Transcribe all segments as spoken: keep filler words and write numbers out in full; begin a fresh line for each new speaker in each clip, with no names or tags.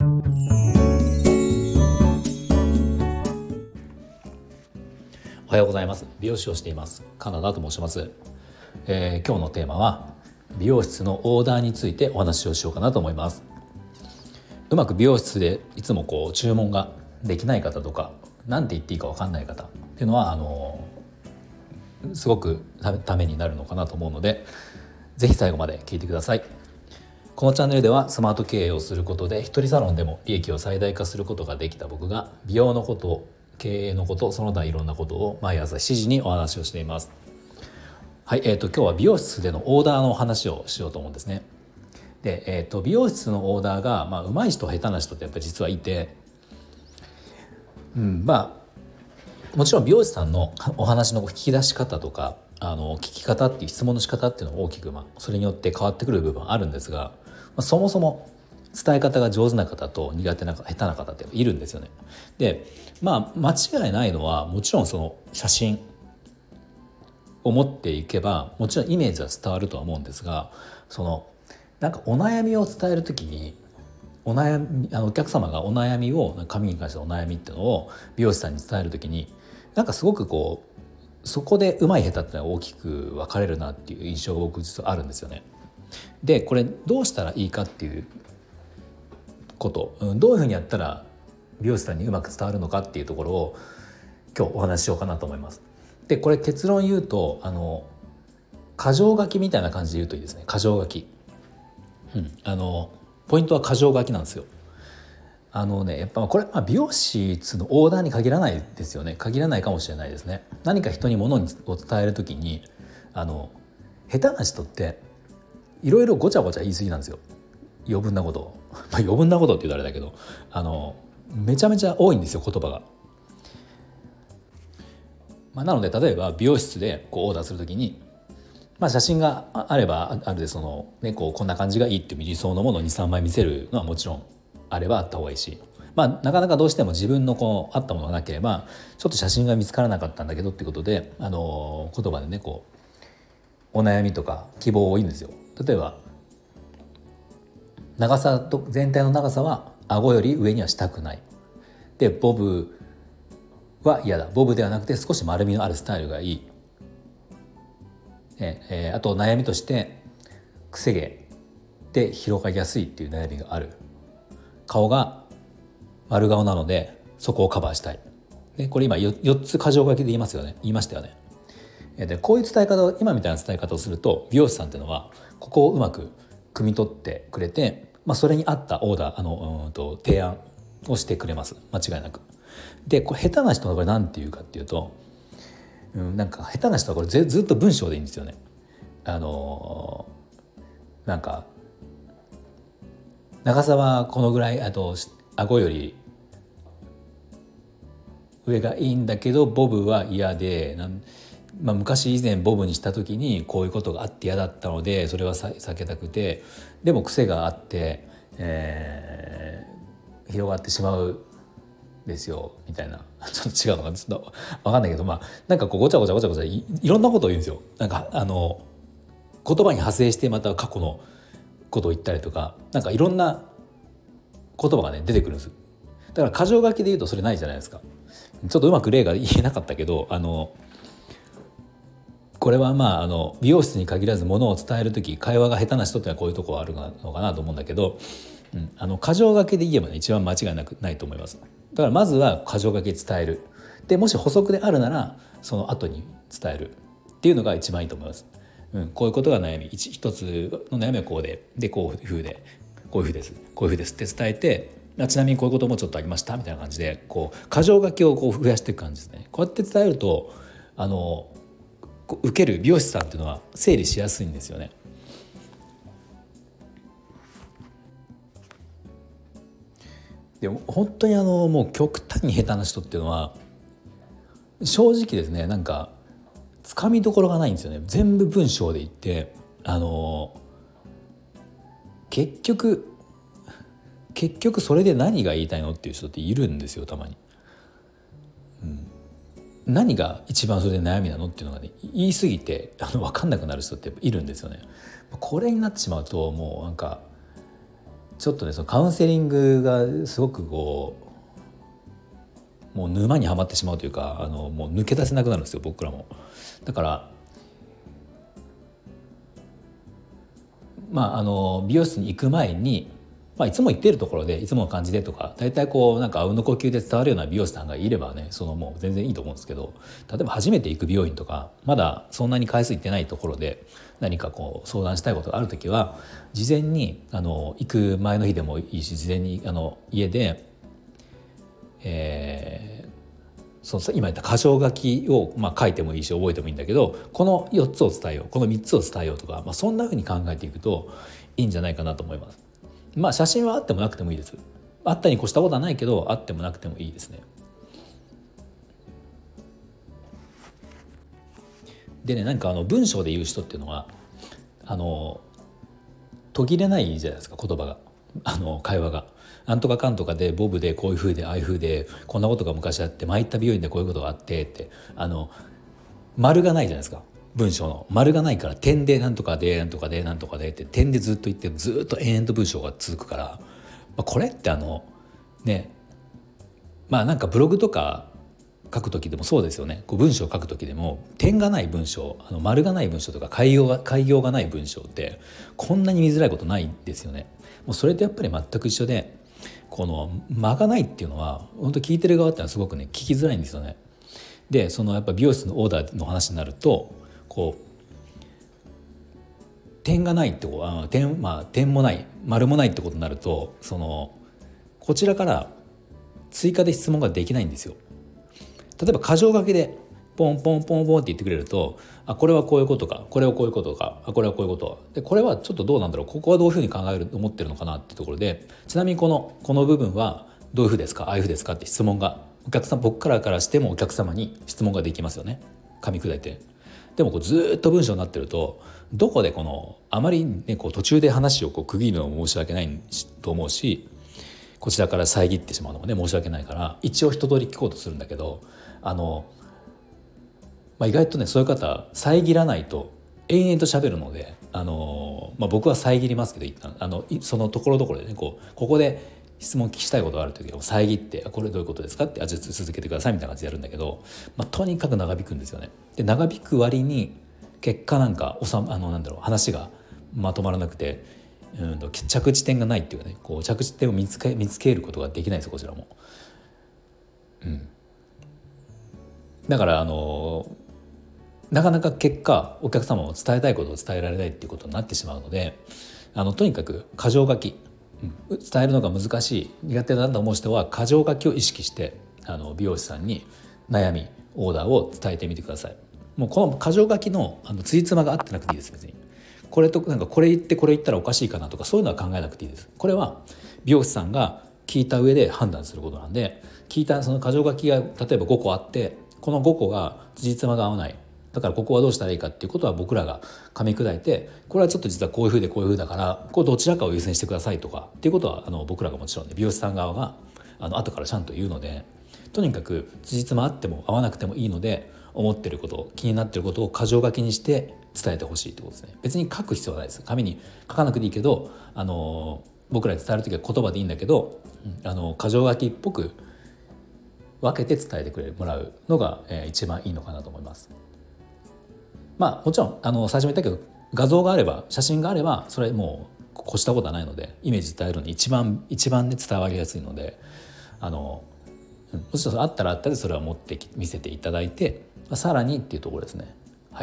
おはようございます。美容師をしていますカナダと申します、えー、今日のテーマは美容室のオーダーについてお話をしようかなと思います。うまく美容室でいつもこう注文ができない方とか、なんて言っていいか分かんない方っていうのはあのすごくためになるのかなと思うので、ぜひ最後まで聞いてください。このチャンネルではスマート経営をすることで一人サロンでも利益を最大化することができた僕が美容のことを、経営のこと、その他いろんなことを毎朝しちじにお話をしています。はい、えーと今日は美容室でのオーダーの話をしようと思うんですね。で、えーと美容室のオーダーが、まあ、上手い人下手な人ってやっぱり実はいて、うん、まあもちろん美容師さんのお話の聞き出し方とか、あの聞き方っていう質問の仕方っていうのは大きく、まあ、それによって変わってくる部分はあるんですが、まあ、そもそも伝え方が上手な方と苦手な下手な方っているんですよね。で、まあ間違いないのはもちろんその写真を持っていけばもちろんイメージは伝わるとは思うんですが、そのなんかお悩みを伝えるときにお悩みあのお客様がお悩みを髪に関してのお悩みっていうのを美容師さんに伝えるときになんかすごくこうそこで上手い下手っていうのは大きく分かれるなっていう印象が僕実はあるんですよね。でこれどうしたらいいかっていうこと、どういうふうにやったら美容師さんにうまく伝わるのかっていうところを今日お話ししようかなと思います。でこれ結論言うとあの箇条書きみたいな感じで言うといいですね。箇条書き、うん、あのポイントは箇条書きなんですよ。あのねやっぱこれ、まあ、美容室のオーダーに限らないですよね。限らないかもしれないですね。何か人に物を伝えるときにあの下手な人っていろいろごちゃごちゃ言い過ぎなんですよ。余分なことを、まあ、余分なことって言うとあれだけどあのめちゃめちゃ多いんですよ、言葉が。まあ、なので例えば美容室でこうオーダーするときに、まあ、写真があればあるでその、ね、こうこんな感じがいいっていう理想のものをにさんまい見せるのはもちろんあればあった方がいいし、まあ、なかなかどうしても自分のこうあったものがなければちょっと写真が見つからなかったんだけどっていうことで、あの言葉でねこうお悩みとか希望を言うんですよ。例えば長さと全体の長さは顎より上にはしたくない。でボブは嫌だ。ボブではなくて少し丸みのあるスタイルがいい。ええー、あと悩みとしてくせ毛で広がりやすいっていう悩みがある。顔が丸顔なのでそこをカバーしたい。でこれ今 4, 4つ箇条書きで言いますよね。言いましたよね。でこういう伝え方を今みたいな伝え方をすると美容師さんっていうのはここをうまく汲み取ってくれて、まあ、それに合ったオーダーあのうんと提案をしてくれます。間違いなく。でこれ下手な人はこれ何て言うかっていうと、うん、なんか下手な人はこれ ず, ずっと文章でいいんですよね。あのなんか長さはこのぐらい、あと顎より上がいいんだけどボブは嫌でなん、まあ、昔以前ボブにした時にこういうことがあって嫌だったのでそれは避けたくて、でも癖があって、えー、広がってしまうですよみたいなちょっと違うのかちょっと分かんないけど、まあなんかこうごちゃごちゃごちゃごちゃ い, いろんなことを言うんですよ。なんかあの言葉に派生してまた過去のことを言ったりとか、なんかいろんな言葉がね出てくるんです。だから箇条書きで言うとそれないじゃないですか。ちょっとうまく例が言えなかったけど、あのこれはまああの美容室に限らずものを伝える時会話が下手な人ってのはこういうところあるのかなと思うんだけど、うん、あの箇条書きで言えばね一番間違いなくないと思います。だからまずは箇条書きで伝える。でもし補足であるならその後に伝えるっていうのが一番いいと思います。うん、こういうことが悩み 一, 一つの悩みはこうででこういうふうでこういうふうですこういうふうですって伝えて、ちなみにこういうこともちょっとありましたみたいな感じでこう箇条書きをこう増やしていく感じですね。こうやって伝えるとあの受ける美容師さんっていうのは整理しやすいんですよね。でも本当にあのもう極端に下手な人っていうのは正直ですね、なんかつかみどころがないんですよね。全部文章で言ってあの結局結局それで何が言いたいのっていう人っているんですよ、たまに。うん、何が一番それで悩みなのっていうのがね言い過ぎてあの分かんなくなる人っているんですよね。これになってしまうともうなんかちょっとねそのカウンセリングがすごくこうもう沼にはまってしまうというか、あのもう抜け出せなくなるんですよ僕らも。だからまああの美容室に行く前に、まあ、いつも行っているところでいつもの感じでとか、大体こうなんかあうんの呼吸で伝わるような美容師さんがいればね、そのもう全然いいと思うんですけど、例えば初めて行く美容院とかまだそんなに回数行ってないところで何かこう相談したいことがあるときは、事前にあの行く前の日でもいいし、事前にあの家で、えーその今言った箇条書きを、まあ、書いてもいいし覚えてもいいんだけど、このよっつを伝えよう、このみっつを伝えようとか、まあ、そんなふうに考えていくといいんじゃないかなと思います。まあ写真はあってもなくてもいいです。あったに越したことはないけど、あってもなくてもいいですね。でね、なんかあの文章で言う人っていうのはあの途切れないじゃないですか、言葉が、あの会話が。なんとかかんとかでボブでこういう風でああいう風でこんなことが昔あって、前行った美容院でこういうことがあってって、あの丸がないじゃないですか。文章の丸がないから、点でなんとかでなんとかでなんとかでって点でずっと言ってずっと延々と文章が続くから、まあ、これってあのね、まあなんかブログとか書く時でもそうですよね。こう文章を書く時でも点がない文章、あの丸がない文章とか開業が開業がない文章ってこんなに見づらいことないんですよね。もうそれとやっぱり全く一緒で、この間がないっていうのは本当聞いてる側ってのはすごくね聞きづらいんですよね。でそのやっぱ美容室のオーダーの話になると、こう点がないってこうあ点、まあ、点もない丸もないってことになると、そのこちらから追加で質問ができないんですよ。例えば箇条書きでポンポンポンポンって言ってくれると、あこれはこういうことか、これはこういうことか、あこれはこういうことで、これはちょっとどうなんだろう、ここはどういうふうに考える思ってるのかなってところで、ちなみにこのこの部分はどういうふうですか、ああいうふうですかって質問がお客さん、僕からからしてもお客様に質問ができますよね、噛み砕いて。でもこうずっと文章になってると、どこでこのあまり、ね、こう途中で話をこう区切るのも申し訳ないと思うし、こちらから遮ってしまうのもね申し訳ないから、一応一通り聞こうとするんだけど、あの、まあ、意外とねそういう方遮らないと延々と喋るので、あの、まあ、僕は遮りますけど一旦あのそのところどころでね、こうここで質問聞きしたいことがある時は遮って「これどういうことですか?」って「あじゃあ続けてください」みたいな感じでやるんだけど、まあ、とにかく長引くんですよね。で長引く割に結果なんかおさあのなんだろう話がまとまらなくて、うんと着地点がないっていうかね、こう着地点を見つけ見つけることができないんですよこちらも。うん、だからあのなかなか結果お客様も伝えたいことを伝えられないっていうことになってしまうので、あのとにかく箇条書き、うん、伝えるのが難しい苦手だと思う人は箇条書きを意識してあの美容師さんに悩みオーダーを伝えてみてください。もうこの箇条書きのあのついつまが合ってなくていいです。別にこれとなんかこれ言ってこれ言ったらおかしいかなとかそういうのは考えなくていいです。これは美容師さんが聞いた上で判断することなんで、聞いたその箇条書きが例えばごこあって、このごこがつじつまが合わない、だからここはどうしたらいいかっていうことは僕らが噛み砕いて、これはちょっと実はこういうふうでこういうふうだからこれどちらかを優先してくださいとかっていうことはあの僕らがもちろんね美容師さん側があの後からちゃんと言うので、とにかくつじつま合っても合わなくてもいいので、思ってること気になってることを箇条書きにして伝えてほしいってことですね。別に書く必要はないです。紙に書かなくていいけど、あの僕らに伝える時は言葉でいいんだけど、あの箇条書きっぽく分けて伝えてくれもらうのが、えー、一番いいのかなと思います。まあもちろんあの最初も言ったけど、画像があれば写真があればそれもう越したことはないので、イメージ伝えるのに一番一番ね伝わりやすいので、あのもちろんあったらあったでそれは持って見せていただいて、さらにっていうところですね。はい。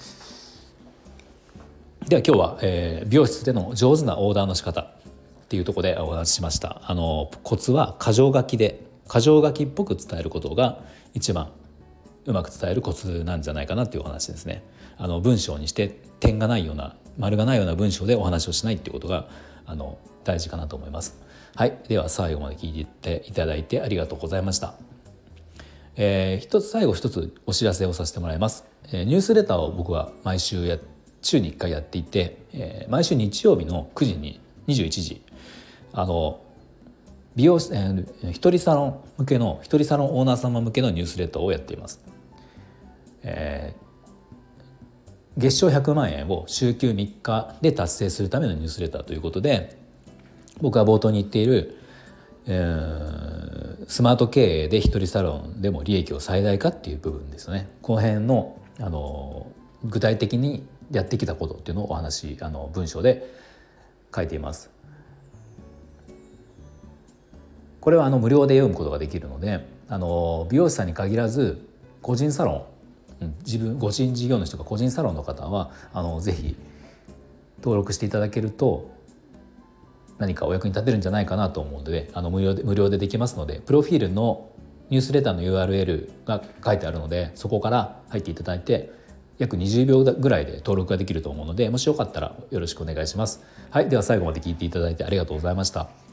では今日は、えー、美容室での上手なオーダーの仕方っていうところでお話ししました。あのコツは箇条書きで箇条書きっぽく伝えることが一番うまく伝えるコツなんじゃないかなっていうお話ですね。あの文章にして点がないような丸がないような文章でお話をしないっていうことがあの大事かなと思います。はい、では最後まで聞いていただいてありがとうございました。えー、一つ最後一つお知らせをさせてもらいます。えー、ニュースレターを僕は毎週や週にいっかいやっていて、えー、毎週日曜日のくじににじゅういちじあの美容、えー、一人サロン向けの一人サロンオーナー様向けのニュースレターをやっています。えー、月賞ひゃくまんえんを週休みっかで達成するためのニュースレターということで、 僕は冒頭に言っている、えー、スマート経営で一人サロンでも利益を最大化っていう部分ですね。この辺の、あの具体的にやってきたことっていうのをお話あの文章で書いています。これはあの無料で読むことができるので、あの美容師さんに限らず個人サロン、うん、自分個人事業主とか個人サロンの方はあのぜひ登録していただけると何かお役に立てるんじゃないかなと思うので、あの無料で無料でできますので、プロフィールのニュースレターの ユーアールエル が書いてあるので、そこから入っていただいて約にじゅうびょうぐらいで登録ができると思うので、もしよかったらよろしくお願いします。はい、では最後まで聞いていただいてありがとうございました。